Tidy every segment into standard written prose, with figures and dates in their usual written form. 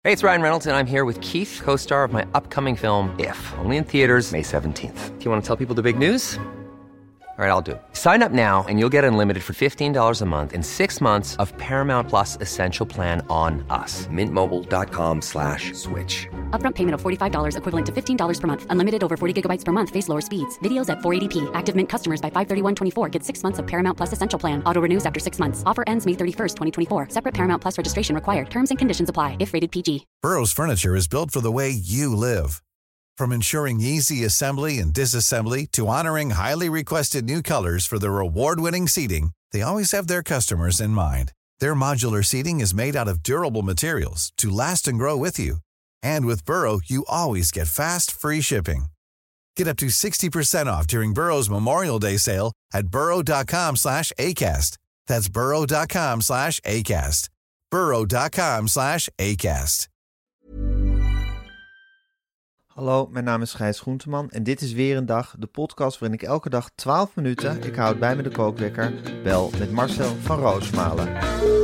Hey, it's Ryan Reynolds, and I'm here with Keith, co-star of my upcoming film, If, only in theaters May 17th. Do you want to tell people the big news? All right, I'll do it. Sign up now and you'll get unlimited for $15 a month and 6 months of Paramount Plus Essential Plan on us. MintMobile.com/switch. Upfront payment of $45 equivalent to $15 per month. Unlimited over 40 gigabytes per month. Face lower speeds. Videos at 480p. Active Mint customers by 531.24 get 6 months of Paramount Plus Essential Plan. Auto renews after 6 months. Offer ends May 31st, 2024. Separate Paramount Plus registration required. Terms and conditions apply if rated PG. Burrow's furniture is built for the way you live. From ensuring easy assembly and disassembly to honoring highly requested new colors for their award-winning seating, they always have their customers in mind. Their modular seating is made out of durable materials to last and grow with you. And with Burrow, you always get fast, free shipping. Get up to 60% off during Burrow's Memorial Day sale at burrow.com/ACAST. That's burrow.com/ACAST. burrow.com/ACAST. Hallo, mijn naam is Gijs Groenteman en dit is weer een dag, de podcast waarin ik elke dag 12 minuten, ik houd bij me de kookwekker, bel met Marcel van Roosmalen.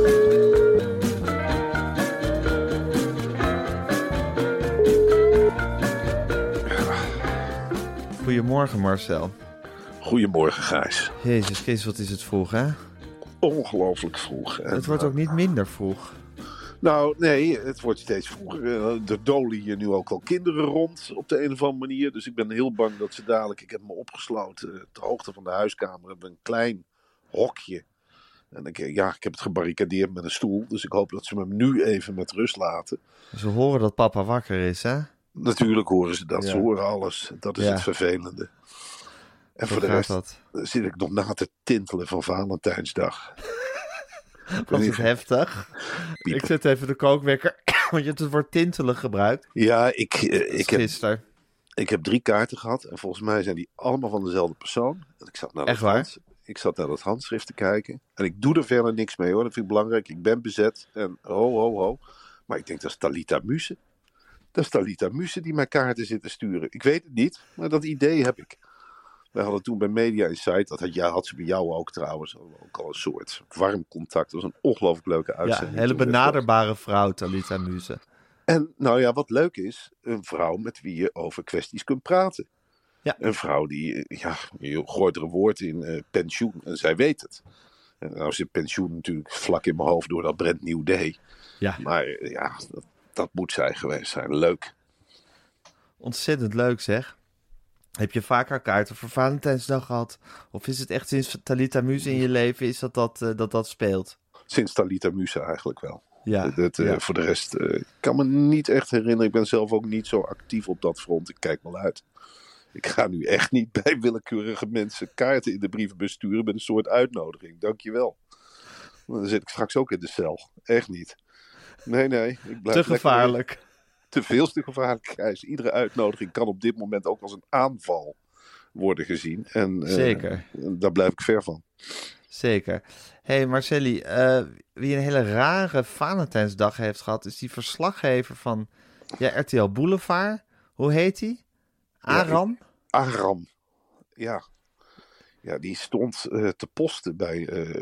Goedemorgen Marcel. Goedemorgen Gijs. Jezus Christus, wat is het vroeg hè? Ongelooflijk vroeg. Het wordt ook niet minder vroeg. Nou, nee, het wordt steeds vroeger. Er dolen hier nu ook al kinderen rond op de een of andere manier. Dus ik ben heel bang dat ze dadelijk... Ik heb me opgesloten ter hoogte van de huiskamer. Hebben een klein hokje. En ik heb het gebarricadeerd met een stoel. Dus ik hoop dat ze me nu even met rust laten. Ze horen dat papa wakker is, hè? Natuurlijk horen ze dat. Ja. Ze horen alles. Dat is het vervelende. En voor de rest zit ik nog na te tintelen van Valentijnsdag. Was het heftig? Pieper. Ik zet even de kookwekker, want je hebt het woord tintelen gebruikt. Ja, ik heb 3 kaarten gehad en volgens mij zijn die allemaal van dezelfde persoon. En ik zat naar dat handschrift te kijken en ik doe er verder niks mee hoor. Dat vind ik belangrijk. Ik ben bezet en ho. Maar ik denk dat is Talita Muse. Dat is Talita Muse die mijn kaarten zit te sturen. Ik weet het niet, maar dat idee heb ik. Wij hadden toen bij Media Insight, had ze bij jou ook trouwens, ook al een soort warm contact. Dat was een ongelooflijk leuke uitzending. Ja, een hele benaderbare vrouw, Talita Muse. En nou ja, wat leuk is, een vrouw met wie je over kwesties kunt praten. Ja. Een vrouw die, je gooit er een woord in, pensioen, en zij weet het. En nou zit pensioen natuurlijk vlak in mijn hoofd door dat Brand New Day. Ja. Maar ja, dat moet zij geweest zijn. Leuk. Ontzettend leuk zeg. Heb je vaker kaarten voor Valentijnsdag gehad? Of is het echt sinds Talita Muse in je leven is dat speelt? Sinds Talita Muse eigenlijk wel. Ja, Voor de rest, ik kan me niet echt herinneren. Ik ben zelf ook niet zo actief op dat front. Ik kijk wel uit. Ik ga nu echt niet bij willekeurige mensen kaarten in de brievenbus sturen met een soort uitnodiging. Dankjewel. Dan zit ik straks ook in de cel. Echt niet. Nee. Ik blijf te gevaarlijk. Te veel te gevaarlijk, Gijs. Iedere uitnodiging kan op dit moment ook als een aanval worden gezien. En, Zeker. Daar blijf ik ver van. Zeker. Hey Marcelli, wie een hele rare Valentijnsdag heeft gehad, is die verslaggever van RTL Boulevard. Hoe heet die? Aram? Aram, ja. Ja, die stond te posten bij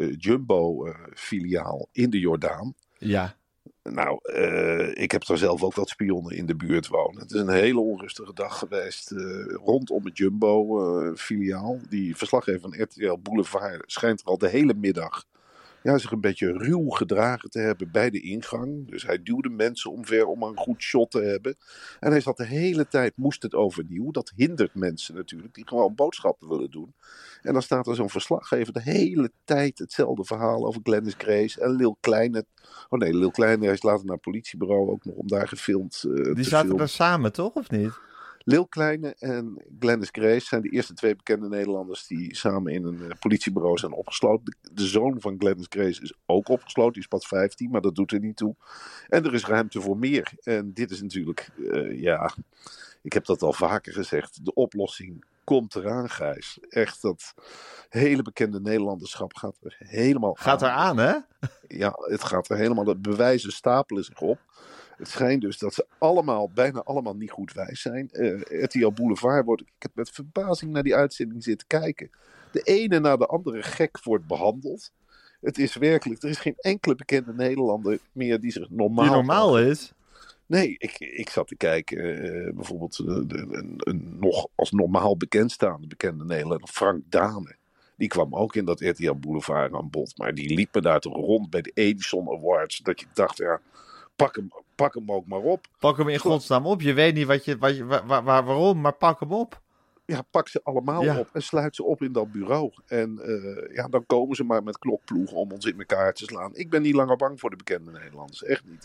Jumbo-filiaal in de Jordaan. Ja. Nou, ik heb daar zelf ook wat spionnen in de buurt wonen. Het is een hele onrustige dag geweest rondom het Jumbo-filiaal. Die verslaggever van RTL Boulevard schijnt er al de hele middag zich een beetje ruw gedragen te hebben bij de ingang. Dus hij duwde mensen omver om een goed shot te hebben. En hij zat de hele tijd, moest het overnieuw. Dat hindert mensen natuurlijk, die gewoon boodschappen willen doen. En dan staat er zo'n verslaggever de hele tijd hetzelfde verhaal over Glennis Grace en Lil Kleine. Oh nee, Lil Kleine is later naar het politiebureau ook nog om daar gefilmd Die zaten daar samen, toch? Of niet? Lil Kleine en Glennis Grace zijn de eerste 2 bekende Nederlanders die samen in een politiebureau zijn opgesloten. De zoon van Glennis Grace is ook opgesloten, die is pas 15, maar dat doet er niet toe. En er is ruimte voor meer. En dit is natuurlijk, ik heb dat al vaker gezegd, de oplossing komt eraan, Gijs. Echt, dat hele bekende Nederlanderschap gaat er helemaal aan. Gaat er aan, hè? Ja, het gaat er helemaal, de bewijzen stapelen zich op. Het schijnt dus dat ze bijna allemaal niet goed wijs zijn. RTL Boulevard ik heb met verbazing naar die uitzending zitten kijken. De ene na de andere gek wordt behandeld. Het is werkelijk, er is geen enkele bekende Nederlander meer die zich normaal is? Nee, ik zat te kijken, bijvoorbeeld een nog als normaal bekende Nederlander, Frank Dane. Die kwam ook in dat RTL Boulevard aan bod. Maar die liep me daar toch rond bij de Edison Awards. Dat je dacht, ja, pak hem ook maar op. Pak hem in godsnaam op. Je weet niet waarom, maar pak hem op. Ja, pak ze allemaal op en sluit ze op in dat bureau. En dan komen ze maar met klokploegen om ons in elkaar te slaan. Ik ben niet langer bang voor de bekende Nederlanders. Echt niet.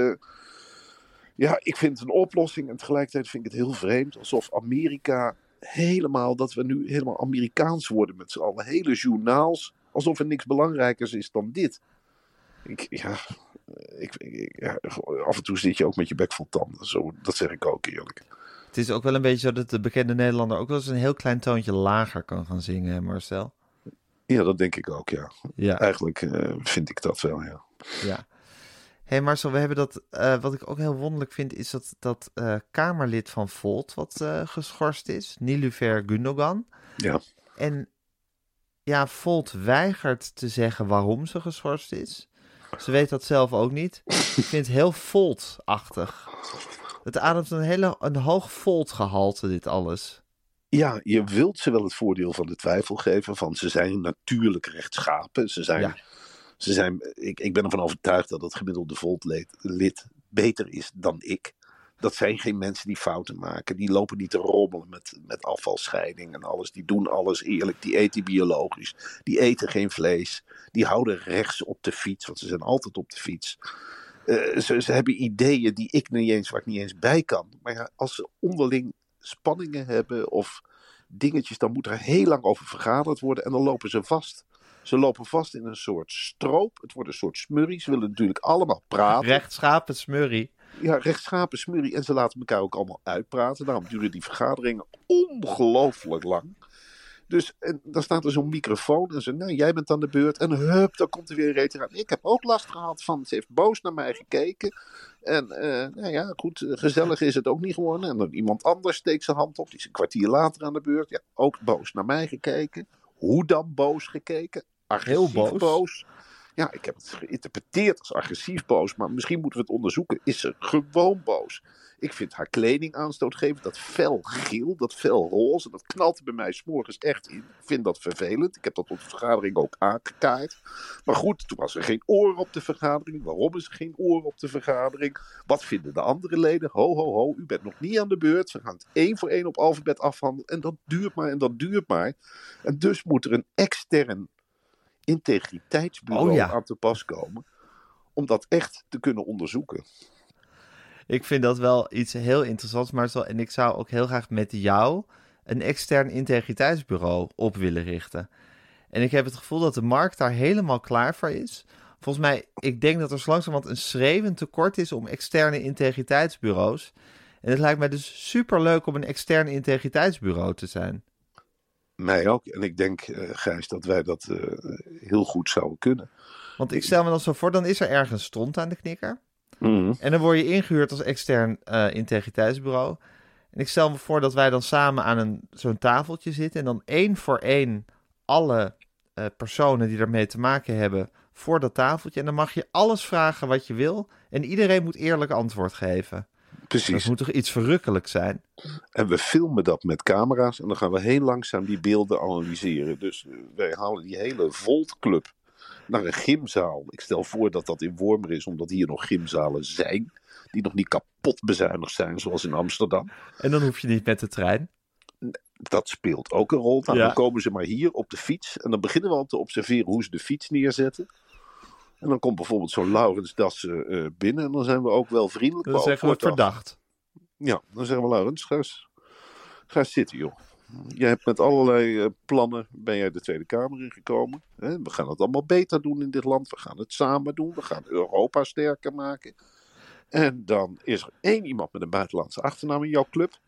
Ik vind het een oplossing en tegelijkertijd vind ik het heel vreemd. Alsof Amerika dat we nu helemaal Amerikaans worden met z'n allen. Hele journaals, alsof er niks belangrijkers is dan dit. Af en toe zit je ook met je bek vol tanden. Zo, dat zeg ik ook eerlijk. Het is ook wel een beetje zo dat de bekende Nederlander ook wel eens een heel klein toontje lager kan gaan zingen, Marcel. Ja, dat denk ik ook, ja. Eigenlijk vind ik dat wel, ja. Ja. Hey Marcel, we hebben dat, wat ik ook heel wonderlijk vind, is dat Kamerlid van Volt wat geschorst is, Niloufer Gundogan. Ja. En ja, Volt weigert te zeggen waarom ze geschorst is. Ze weet dat zelf ook niet. Ik vind het heel Volt-achtig. Het ademt een hoog Volt-gehalte, dit alles. Ja, je wilt ze wel het voordeel van de twijfel geven, van ze zijn natuurlijk rechtschapen. Ik ben ervan overtuigd dat het gemiddelde Volt-lid beter is dan ik. Dat zijn geen mensen die fouten maken. Die lopen niet te rommelen met afvalscheiding en alles. Die doen alles eerlijk. Die eten biologisch. Die eten geen vlees. Die houden rechts op de fiets, want ze zijn altijd op de fiets. Ze hebben ideeën waar ik niet eens bij kan. Maar ja, als ze onderling spanningen hebben of dingetjes, dan moet er heel lang over vergaderd worden en dan lopen ze vast. Ze lopen vast in een soort stroop. Het wordt een soort smurrie. Ze willen natuurlijk allemaal praten. Rechtschapen smurrie. Ja, rechtschapen smurrie. En ze laten elkaar ook allemaal uitpraten. Daarom duren die vergaderingen ongelooflijk lang. Dus en dan staat er zo'n microfoon en ze, nou, jij bent aan de beurt. En hup, dan komt er weer een reet aan. Ik heb ook last gehad van, ze heeft boos naar mij gekeken. En nou ja, goed, gezellig is het ook niet geworden. En dan iemand anders steekt zijn hand op. Die is een kwartier later aan de beurt. Ja, ook boos naar mij gekeken. Hoe dan boos gekeken? Agressief heel boos. Ja, ik heb het geïnterpreteerd als agressief boos. Maar misschien moeten we het onderzoeken. Is ze gewoon boos? Ik vind haar kleding aanstootgevend. Dat fel geel, dat fel roze. Dat knalt bij mij 's morgens echt in. Ik vind dat vervelend. Ik heb dat op de vergadering ook aangekaart. Maar goed, toen was er geen oor op de vergadering. Waarom is er geen oor op de vergadering? Wat vinden de andere leden? Ho, ho, ho. U bent nog niet aan de beurt. We gaan het 1 voor 1 op alfabet afhandelen. En dat duurt maar en dat duurt maar. En dus moet er een extern integriteitsbureau aan te pas komen. Om dat echt te kunnen onderzoeken. Ik vind dat wel iets heel interessants, Marcel. En ik zou ook heel graag met jou een extern integriteitsbureau op willen richten. En ik heb het gevoel dat de markt daar helemaal klaar voor is. Volgens mij, ik denk dat er zo langzamerhand een schreeuwend tekort is om externe integriteitsbureaus. En het lijkt mij dus superleuk om een extern integriteitsbureau te zijn. Mij ook. En ik denk, Gijs, dat wij dat heel goed zouden kunnen. Want ik stel me dan zo voor, dan is er ergens stront aan de knikker. Mm. En dan word je ingehuurd als extern integriteitsbureau. En ik stel me voor dat wij dan samen aan zo'n tafeltje zitten. En dan 1 voor 1 alle personen die ermee te maken hebben voor dat tafeltje. En dan mag je alles vragen wat je wil. En iedereen moet eerlijk antwoord geven. Precies. Dat moet toch iets verrukkelijks zijn? En we filmen dat met camera's. En dan gaan we heel langzaam die beelden analyseren. Dus wij halen die hele Volt-club naar een gymzaal. Ik stel voor dat dat in Wormer is, omdat hier nog gymzalen zijn. Die nog niet kapot bezuinigd zijn, zoals in Amsterdam. En dan hoef je niet met de trein. Dat speelt ook een rol. Nou, Ja. Dan komen ze maar hier op de fiets. En dan beginnen we al te observeren hoe ze de fiets neerzetten. En dan komt bijvoorbeeld zo'n Laurens Dassen binnen. En dan zijn we ook wel vriendelijk. Dan zeggen we het verdacht. Ja, dan zeggen we Laurens, ga eens zitten, joh. Jij hebt met allerlei plannen, ben jij de Tweede Kamer ingekomen. Hè? We gaan het allemaal beter doen in dit land. We gaan het samen doen. We gaan Europa sterker maken. En dan is er 1 iemand met een buitenlandse achternaam in jouw club.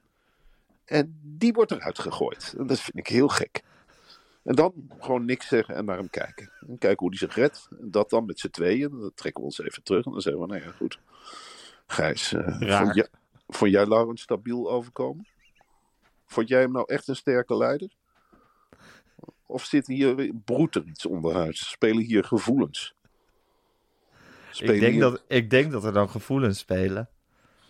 En die wordt eruit gegooid. En dat vind ik heel gek. En dan gewoon niks zeggen en naar hem kijken. En kijken hoe hij zich redt. En dat dan met z'n tweeën. Dan trekken we ons even terug. En dan zeggen we, nou ja, goed. Gijs, vond jij Laurens stabiel overkomen? Vond jij hem nou echt een sterke leider? Of broedt er iets onderhuis? Spelen hier gevoelens? Ik denk dat er dan gevoelens spelen.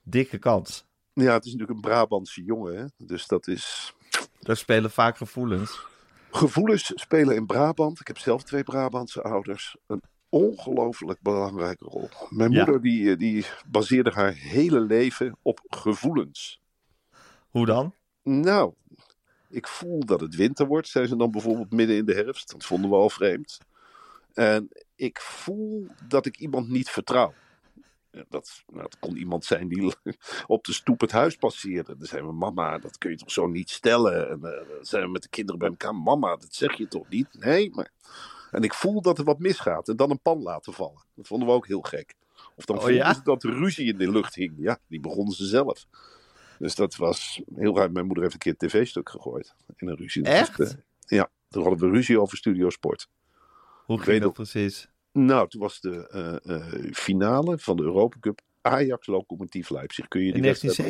dikke kans. Ja, het is natuurlijk een Brabantse jongen, hè? Dus dat is... Daar spelen vaak gevoelens. Gevoelens spelen in Brabant. Ik heb zelf 2 Brabantse ouders. Een ongelooflijk belangrijke rol. Mijn moeder die baseerde haar hele leven op gevoelens. Hoe dan? Nou, ik voel dat het winter wordt, zei ze dan bijvoorbeeld midden in de herfst. Dat vonden we al vreemd. En ik voel dat ik iemand niet vertrouw. Dat kon iemand zijn die op de stoep het huis passeerde. Dan zei we, mama, dat kun je toch zo niet stellen? En dan zijn we met de kinderen bij elkaar, mama, dat zeg je toch niet? Nee, maar... En ik voel dat er wat misgaat en dan een pan laten vallen. Dat vonden we ook heel gek. Of dan voelden ze dat er ruzie in de lucht hing. Ja, die begonnen ze zelf. Dus dat was heel raar. Mijn moeder heeft een keer een tv-stuk gegooid. In een ruzie. Echt? Ja, toen hadden we ruzie over Studio Sport. Hoe ging dat precies? Nou, toen was de finale van de Europa Cup Ajax Lokomotief Leipzig. Kun je die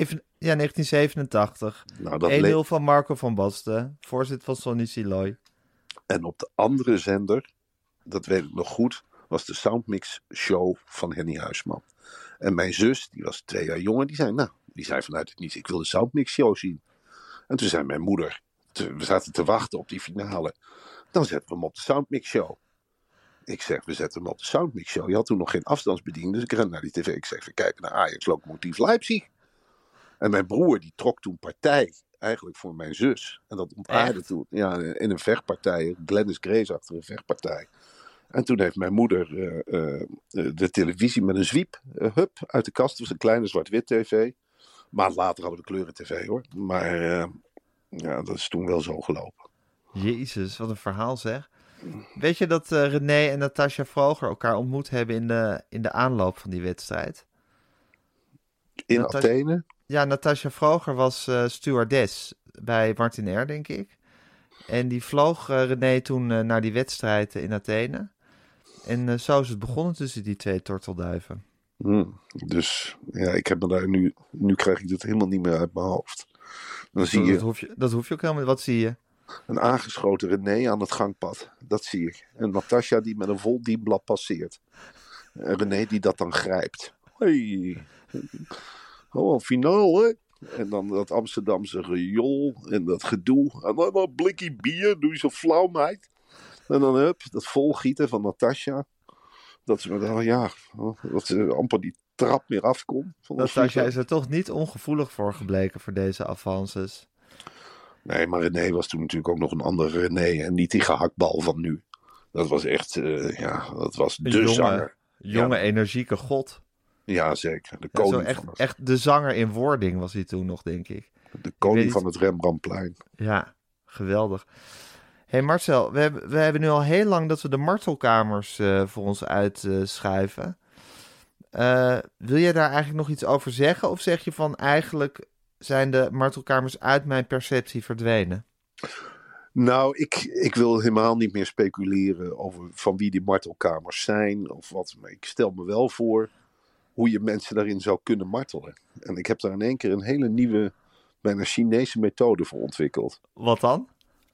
1987. Nou, 1-0 van Marco van Basten. Voorzitter van Sonny Siloy. En op de andere zender, dat weet ik nog goed, was de Soundmix Show van Henny Huisman. En mijn zus, die was 2 jaar jonger, die zei vanuit het niets, ik wil de Soundmix Show zien. En toen zei mijn moeder, we zaten te wachten op die finale, dan zetten we hem op de Soundmix Show. Ik zeg, we zetten hem op de Soundmix Show. Je had toen nog geen afstandsbediening, dus ik ren naar die tv. Ik zeg, we kijken naar Ajax Lokomotief Leipzig. En mijn broer, die trok toen partij, eigenlijk voor mijn zus. En dat ontaarde toen in een vechtpartij, Glennis Grace achter een vechtpartij. En toen heeft mijn moeder de televisie met een zwiep, uit de kast. Het was een kleine zwart-wit tv. Een maand later hadden we kleuren tv hoor. Maar dat is toen wel zo gelopen. Jezus, wat een verhaal zeg. Weet je dat René en Natasja Vroger elkaar ontmoet hebben in de aanloop van die wedstrijd? In Athene? Ja, Natasja Vroger was stewardess bij Martin Air, denk ik. En die vloog René toen naar die wedstrijd in Athene. En zo is het begonnen tussen die 2 tortelduiven. Dus ja, ik heb me daar nu krijg ik het helemaal niet meer uit mijn hoofd. Dan zie je... Dat hoef je ook helemaal. Wat zie je? Een aangeschoten René aan het gangpad. Dat zie ik. En Natasja die met een vol dienblad passeert. En René die dat dan grijpt. Hey. Oh, een finale. En dan dat Amsterdamse riool en dat gedoe. En dan een blikje bier, doe je zo flauw, meid. En dan dat volgieten van Natasja. Dat ze amper die trap meer afkomt. Natasja is er toch niet ongevoelig voor gebleken voor deze avances. Nee, maar René was toen natuurlijk ook nog een andere René. En niet die gehaktbal van nu. Dat was echt, dat was de zanger. Jonge, energieke god. Ja, zeker. De koning echt de zanger in wording was hij toen nog, denk ik. De koning van het Rembrandtplein. Ja, geweldig. Hey Marcel, we hebben nu al heel lang dat we de martelkamers voor ons uitschuiven. Wil jij daar eigenlijk nog iets over zeggen? Of zeg je van eigenlijk zijn de martelkamers uit mijn perceptie verdwenen? Nou, ik wil helemaal niet meer speculeren over van wie die martelkamers zijn of wat. Maar ik stel me wel voor hoe je mensen daarin zou kunnen martelen. En ik heb daar in één keer een hele nieuwe, bijna Chinese methode voor ontwikkeld. Wat dan?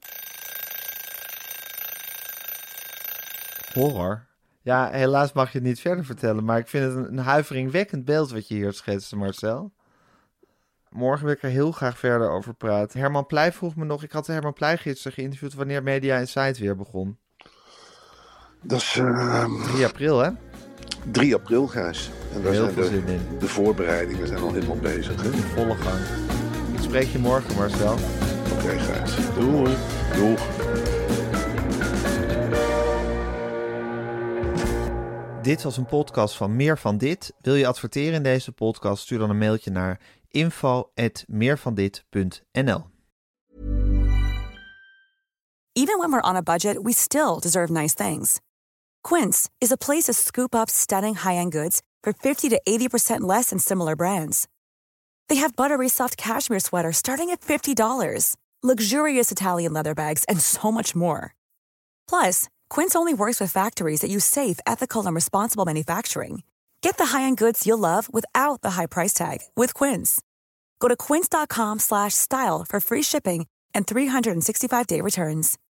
Horror. Ja, helaas mag je het niet verder vertellen, maar ik vind het een huiveringwekkend beeld wat je hier schetst, Marcel. Morgen wil ik er heel graag verder over praten. Herman Pleij vroeg me nog, ik had Herman Pleij gisteren geïnterviewd wanneer Media Insight weer begon. Dat is 3 april, hè? 3 april, Gijs. En daar heel veel zin in. De voorbereidingen zijn al helemaal bezig. Hè? In volle gang. Ik spreek je morgen, Marcel. Oké, Gijs. Doei. Doeg. Dit was een podcast van Meer van Dit. Wil je adverteren in deze podcast? Stuur dan een mailtje naar info@meervandit.nl. Even when we're on a budget, we still deserve nice things. Quince is a place to scoop up stunning high-end goods for 50 to 80% less than similar brands. They have buttery soft cashmere sweaters starting at $50, luxurious Italian leather bags, and so much more. Plus, Quince only works with factories that use safe, ethical, and responsible manufacturing. Get the high-end goods you'll love without the high price tag with Quince. Go to quince.com/style for free shipping and 365-day returns.